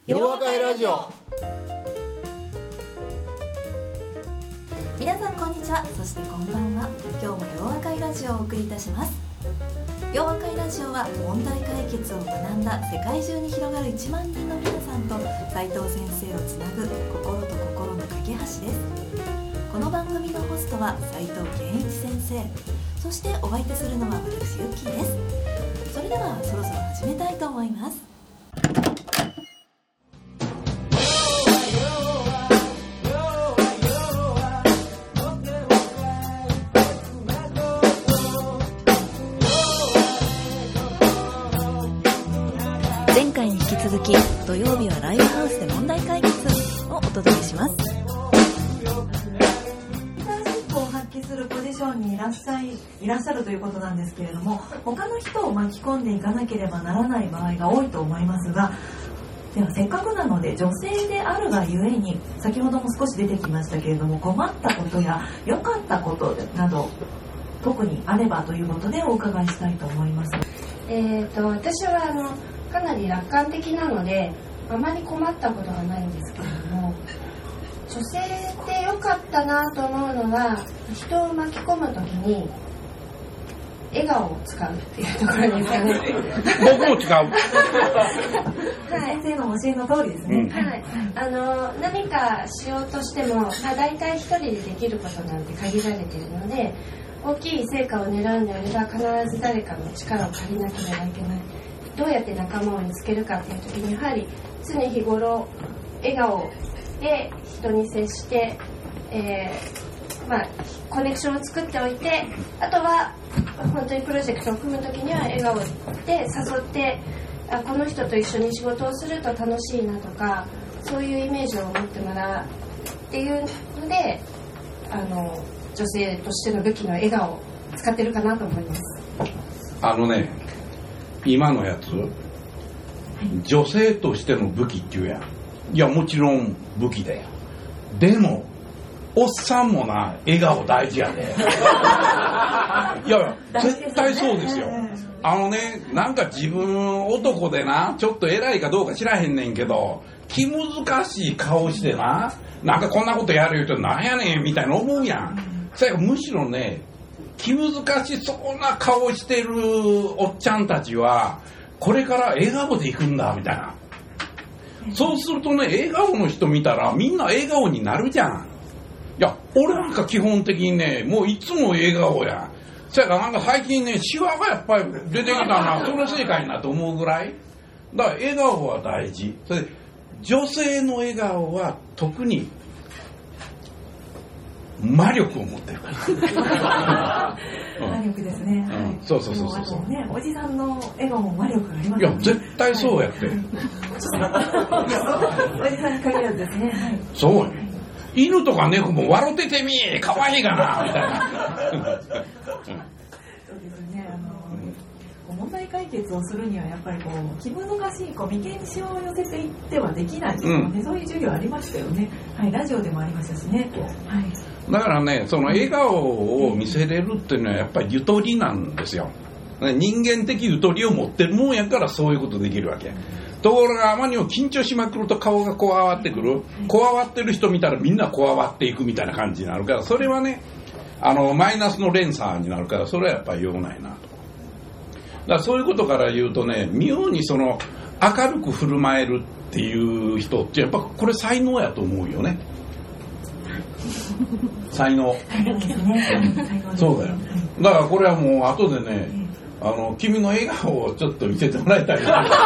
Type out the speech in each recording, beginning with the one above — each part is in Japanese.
ようわかいラジオ。 皆さんこんにちは、そしてこんばんは。今日もようわかいラジオをお送りいたします。ようわかいラジオは問題解決を学んだ世界中に広がる1万人の皆さんと斉藤先生をつなぐ心と心の架け橋です。この番組のホストは斉藤健一先生、そしてお相手するのは私ゆっきーです。それではそろそろ始めたいと思います。前回に引き続き土曜日はライブハウスで問題解決をお届けします。リーダーシップを発揮するポジションにいらっしゃるということなんですけれども、他の人を巻き込んでいかなければならない場合が多いと思いますが、ではせっかくなので女性であるがゆえに、先ほども少し出てきましたけれども、困ったことや良かったことなど特にあればということでお伺いしたいと思います。 私はかなり楽観的なのであまり困ったことがないんですけれども、女性って良かったなと思うのは、人を巻き込むときに笑顔を使うっていうところですかね。 僕も使う。 はい、先生の教えの通りですね。 はい、何かしようとしても、大体一人でできることなんて限られているので、大きい成果を狙うんであれば必ず誰かの力を借りなければいけない。どうやって仲間を見つけるかという時に、やはり常日頃笑顔で人に接して、コネクションを作っておいて、あとは本当にプロジェクトを組む時には笑顔で誘って、この人と一緒に仕事をすると楽しいなとか、そういうイメージを持ってもらうっていうので、女性としての武器の笑顔を使ってるかなと思います。 今のやつ、女性としての武器っていうやん。いや、もちろん武器だよ。でもおっさんもな、笑顔大事やで。いや絶対そうですよ。なんか自分男でな、ちょっと偉いかどうか知らへんねんけど、気難しい顔してな、なんかこんなことやる言うとなんやねんみたいな思うやん。それむしろね、気難しそうな顔してるおっちゃんたちはこれから笑顔でいくんだみたいな。そうするとね、笑顔の人見たらみんな笑顔になるじゃん。いや、俺なんか基本的にね、もういつも笑顔や。そやからなんか最近ね、シワがやっぱり出てきたな、そのせいかいなと思うぐらい。だから笑顔は大事。それで女性の笑顔は特に魔力を持ってるから。 魔力ですね。はい、 そう。あとね、おじさんの笑顔も魔力がありますね。 いや、絶対そうやって。 おじさんに限らずですね。はい、 そうや。犬とか猫も笑っててみー、可愛いかなみたいな。 そうですね。問題解決をするにはやっぱり気難しい眉間にしわを寄せていってはできないですよね。そういう授業ありましたよね。はい、ラジオでもありましたしね。はい。 だからね、その笑顔を見せれるっていうのはやっぱりゆとりなんですよ。人間的ゆとりを持ってるもんやからそういうことできるわけ。ところがあまりにも緊張しまくると顔がこわわってくる。こわわってる人見たらみんなこわわっていくみたいな感じになるから、それはね、マイナスの連鎖になるから、それはやっぱり良くないなと。だからそういうことから言うとね、妙にその明るく振る舞えるっていう人ってやっぱこれ才能やと思うよね。才能。そうだよ。だからこれはもう後でね、君の笑顔をちょっと見せてもらいたい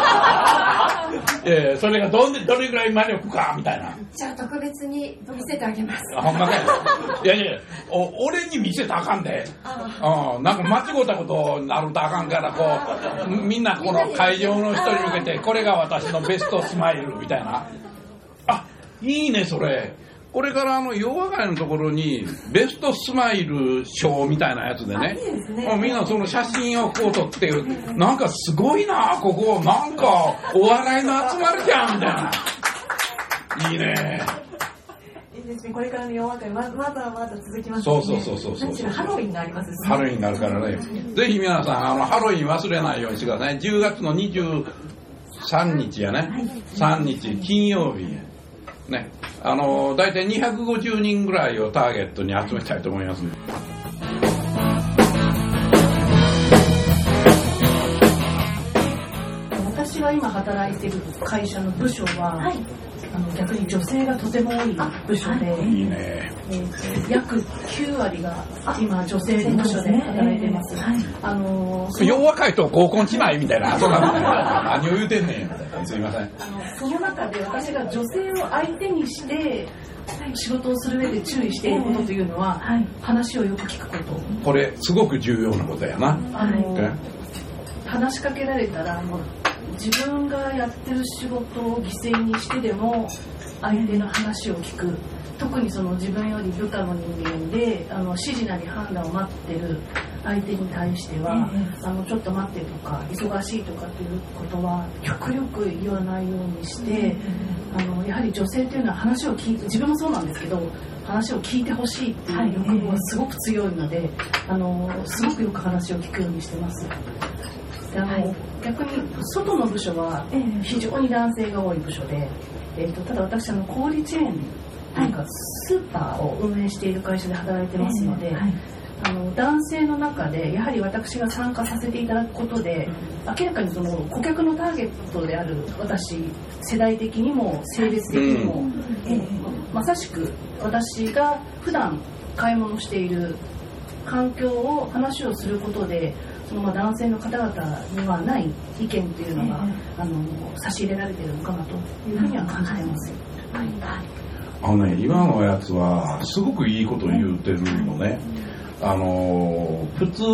それがどれぐらい魔力かみたいな。 じゃあ特別に見せてあげます。 ほんまかい。いや俺に見せたらあかんで。なんか間違ったことになるとあかんから、みんなこの会場の人に向けて、これが私のベストスマイルみたいな。いいねそれ。これから洋和会のところにベストスマイル賞みたいなやつでね、みんなその写真をこう撮って、なんかすごいな、ここなんかお笑いの集まりじゃんみたいな。いいね。 いいですね。これからの洋和会まだ続きますね。 そう。 何しろハロウィンがありますしね。 ハロウィンがあるからね。ぜひ皆さんハロウィン忘れないようにしてください。10月の23 3日やね、3日金曜日ね、だいたい250人ぐらいをターゲットに集めたいと思いますね。 私が今働いている会社の部署は、逆に女性がとても多い部署で、 いいね、 約9割が今女性の部署で働いています。 よう若いと合コンしないみたいな、そうなんだよ、何を言うてんねん、すいません。 その中で私が女性を相手にして仕事をする上で注意していることというのは、話をよく聞くこと。 これすごく重要なことやな。 話しかけられたらもう自分がやってる仕事を犠牲にしてでも相手の話を聞く。特にその自分より部下の人間で指示なり判断を待ってる相手に対しては、ちょっと待ってとか忙しいとかっていうことは極力言わないようにして、やはり女性っていうのは話を聞いて、自分もそうなんですけど話を聞いてほしいっていう欲望がすごく強いので、すごくよく話を聞くようにしてます。逆に外の部署は非常に男性が多い部署で、ただ私小売チェーンなんかスーパーを運営している会社で働いてますので、男性の中でやはり私が参加させていただくことで、明らかにその顧客のターゲットである私、世代的にも性別的にも、まさしく私が普段買い物している環境を話をすることで、その男性の方々にはない意見というのが、差し入れられているのかなというふうには感じています。 今のやつはすごくいいことを言うてるのね。普通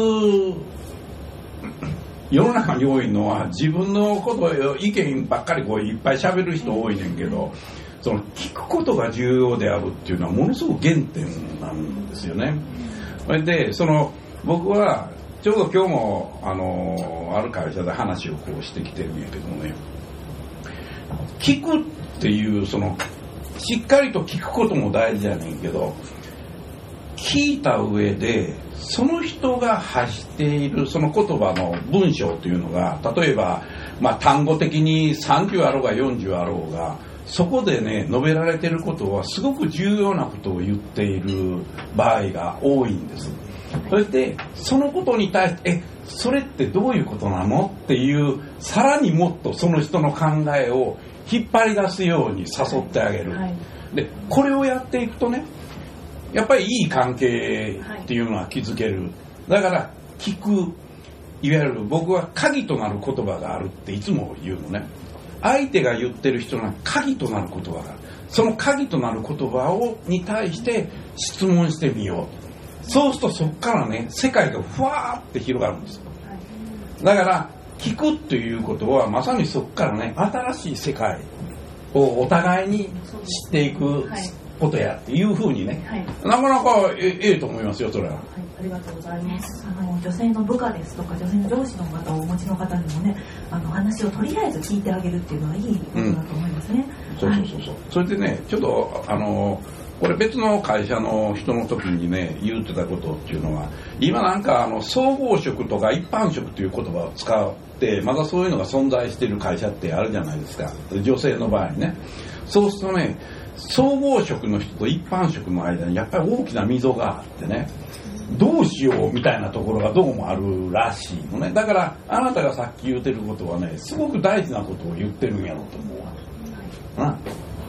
世の中に多いのは自分のことを意見ばっかりいっぱい喋る人多いねんけど、その聞くことが重要であるっていうのはものすごく原点なんですよね。それで僕はちょうど今日もある会社で話をしてきてるんやけどね、聞くっていうしっかりと聞くことも大事やねんけど、聞いた上でその人が発しているその言葉の文章というのが、例えば、単語的に30あろうが40あろうが、そこでね述べられていることはすごく重要なことを言っている場合が多いんです。それでそのことに対してそれってどういうことなのっていう、さらにもっとその人の考えを引っ張り出すように誘ってあげる、でこれをやっていくとね、やっぱりいい関係っていうのは築ける。だから聞く、いわゆる僕は鍵となる言葉があるっていつも言うのね。相手が言ってる人の鍵となる言葉がある。その鍵となる言葉に対して質問してみよう。そうするとそこからね世界がふわーって広がるんです。だから聞くっていうことはまさにそこからね新しい世界をお互いに知っていくことやっていうふうにね、なかなかええと思いますよ、それは。 ありがとうございます。 女性の部下ですとか女性の上司の方をお持ちの方にもね、話をとりあえず聞いてあげるっていうのはいいことだと思いますね。 そうそれでね、ちょっとこれ別の会社の人の時にね言ってたことっていうのは、今なんか総合職とか一般職という言葉を使ってまだそういうのが存在している会社ってあるじゃないですか、女性の場合ね。そうするとね、総合職の人と一般職の間にやっぱり大きな溝があってね、どうしようみたいなところがどうもあるらしいのね。だからあなたがさっき言ってることはね、すごく大事なことを言ってるんやろうと思うわ。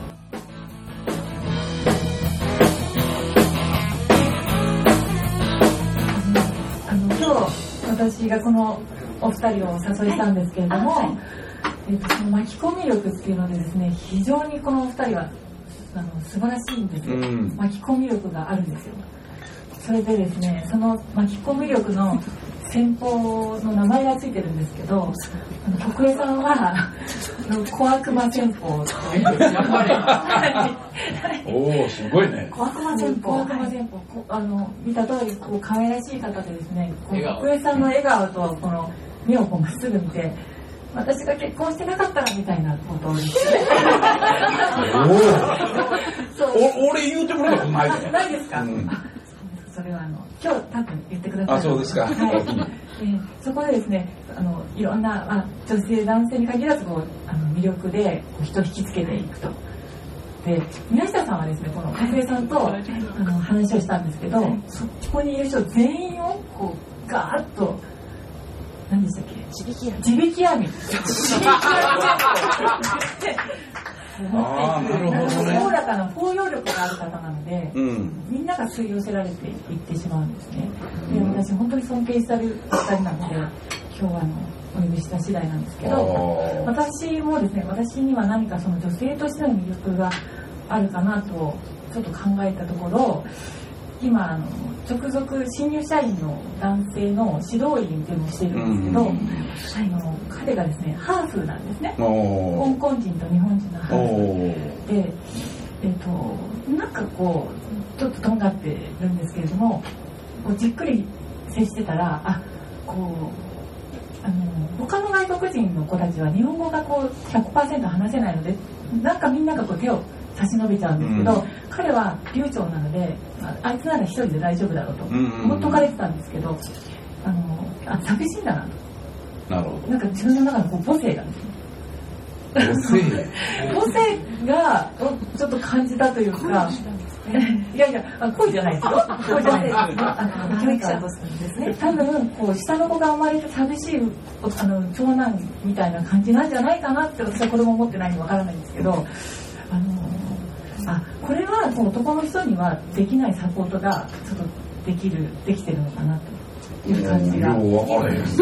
私がこのお二人をお誘いしたんですけれども、その巻き込み力っていうのでですね、非常にこのお二人は素晴らしいんですよ。巻き込み力があるんですよ。それでですね、その巻き込み力の戦法の名前がついてるんですけど、徳江さんは小悪魔戦法っていうおお、すごいね。 小悪魔戦法。見た通り可愛らしい方でですね、徳江さんの笑顔とこの目をまっすぐ見て、私が結婚してなかったらみたいなことを言って俺言うてもらったことないで。 ないですか？それは今日多分言ってください。 そうですか。 そこでですね、 いろんな、女性男性に限らず魅力で人を引きつけていくと。で宮下さんはですね、この和江さんと話をしたんですけど、そこにいる人全員をこうガーッと何でしたっけ、地引き網ああ、なるほどね。 おおらかな包容力がある方なので、みんなが吸い寄せられていってしまうんですね。で私本当に尊敬してる2人なので、今日はお呼びした次第なんですけど、私もですね、私には何かその女性としての魅力があるかなとちょっと考えたところ、今直属新入社員の男性の指導員っていうのをしてるんですけど、彼がですねハーフなんですね。香港人と日本人のハーフで、なんかこうちょっととんがってるんですけれども、こうじっくり接してたら、他の外国人の子たちは日本語がこう 100% 話せないので、なんかみんながこう手を差し伸べちゃうんですけど、彼は流暢なので、あいつなら一人で大丈夫だろうと思っとかれてたんですけど、寂しいんだなと。 なるほど。 なんか自分の中の母性がですね、母性がちょっと感じたというか、いやいや、恋じゃないですよ。恋じゃないです。教育者としてですね。多分こう下の子が生まれて寂しい長男みたいな感じなんじゃないかなって、私は子供持ってないのでわからないんですけど、これは男の人にはできないサポートがちょっとできてるのかなという感じが。 よう分からへん。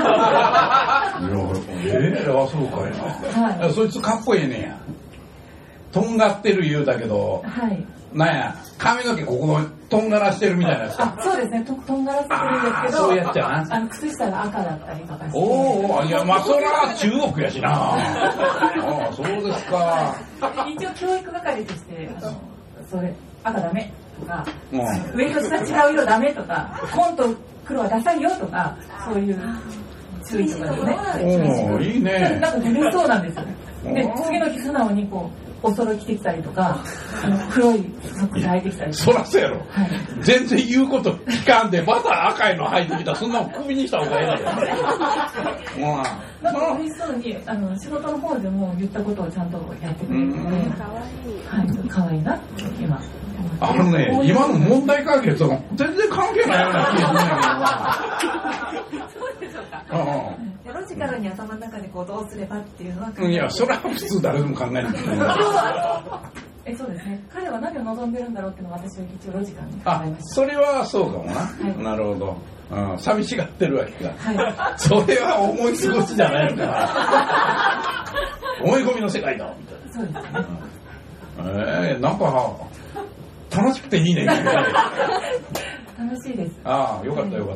そうかいな。そいつかっこええねんや。とんがってる言うだけど、なんや、髪の毛こことんがらしてるみたいなやつか。 そうですね、とんがらせてるんですけど、 そうやっちゃな。 靴下が赤だったりとかして。 いや、それは中国やしな。そうですか。 一応教育係として、それ赤ダメとか、上と下違う色ダメとか、紺と黒はダサいよとか、そういう注意とかですね。 いいね。 なんか嬉しそうなんですよね。で、次の日素直にこうお揃い着てきたりとか、黒いソックス履いてきたりとか。 そらそうやろ。全然言うこと聞かんで、また赤いの履いてきたら、そんなの首にした方がええな。 なんか嬉しそうに仕事の方でも言ったことをちゃんとやってくれるので、かわいいなって今。 今の問題解決は全然関係ないような気がするんだけど。 そうでしょうか。ロジカルに頭の中でこうどうすればっていうのは。 いや、それは普通誰でも考えない。 そうですね。彼は何を望んでるんだろうっていうのを私は一応ロジカルに考えました。 それはそうかもな。なるほど。寂しがってるわけか。それは思い過ごしじゃないのか。思い込みの世界だみたいな。 そうですね。 なんか楽しくていいね。 楽しいです。 よかったよかった。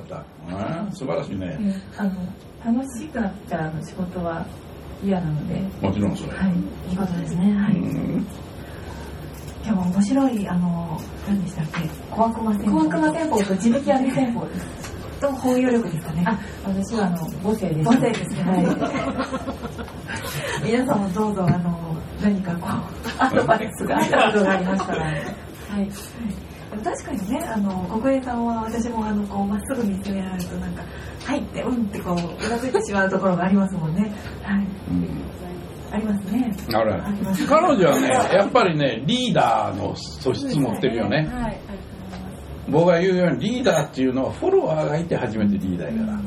素晴らしいね。 楽しくなっちゃう仕事は嫌なので。 もちろんそれ。 いいことですね。今日も面白い何でしたっけ、小悪魔戦法と地引き網戦法ですと包容力ですかね。 私は母性です。 母性ですね。皆さんもどうぞ何かこうアドバイスがありましたら。確かにね、国営さんは私もこうまっすぐ見つめられるとなんかはいってってこううなずいてしまうところがありますもんね。ありますね。 彼女はね、やっぱりね、リーダーの素質持ってるよね。僕が言うようにリーダーっていうのはフォロワーがいて初めてリーダーやから。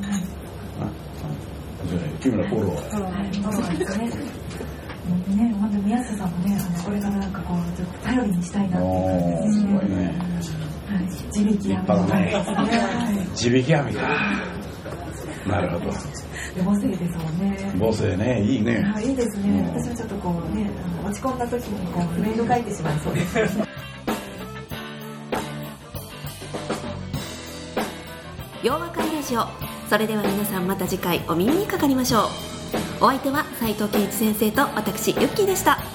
君らフォロワーですね。本当に宮下さんもね、これからなんかこうちょっと頼りにしたいなっていう感じですね。 すごいね。 地引き網。 地引き網か。なるほど。 母性ですもんね。 母性ね、いいね。 いいですね。私はちょっとこうね、落ち込んだ時にこうメール書いてしまいそうです。 洋和会ラジオ。それでは皆さんまた次回お耳にかかりましょう。お相手は斉藤健一先生と私ユッキーでした。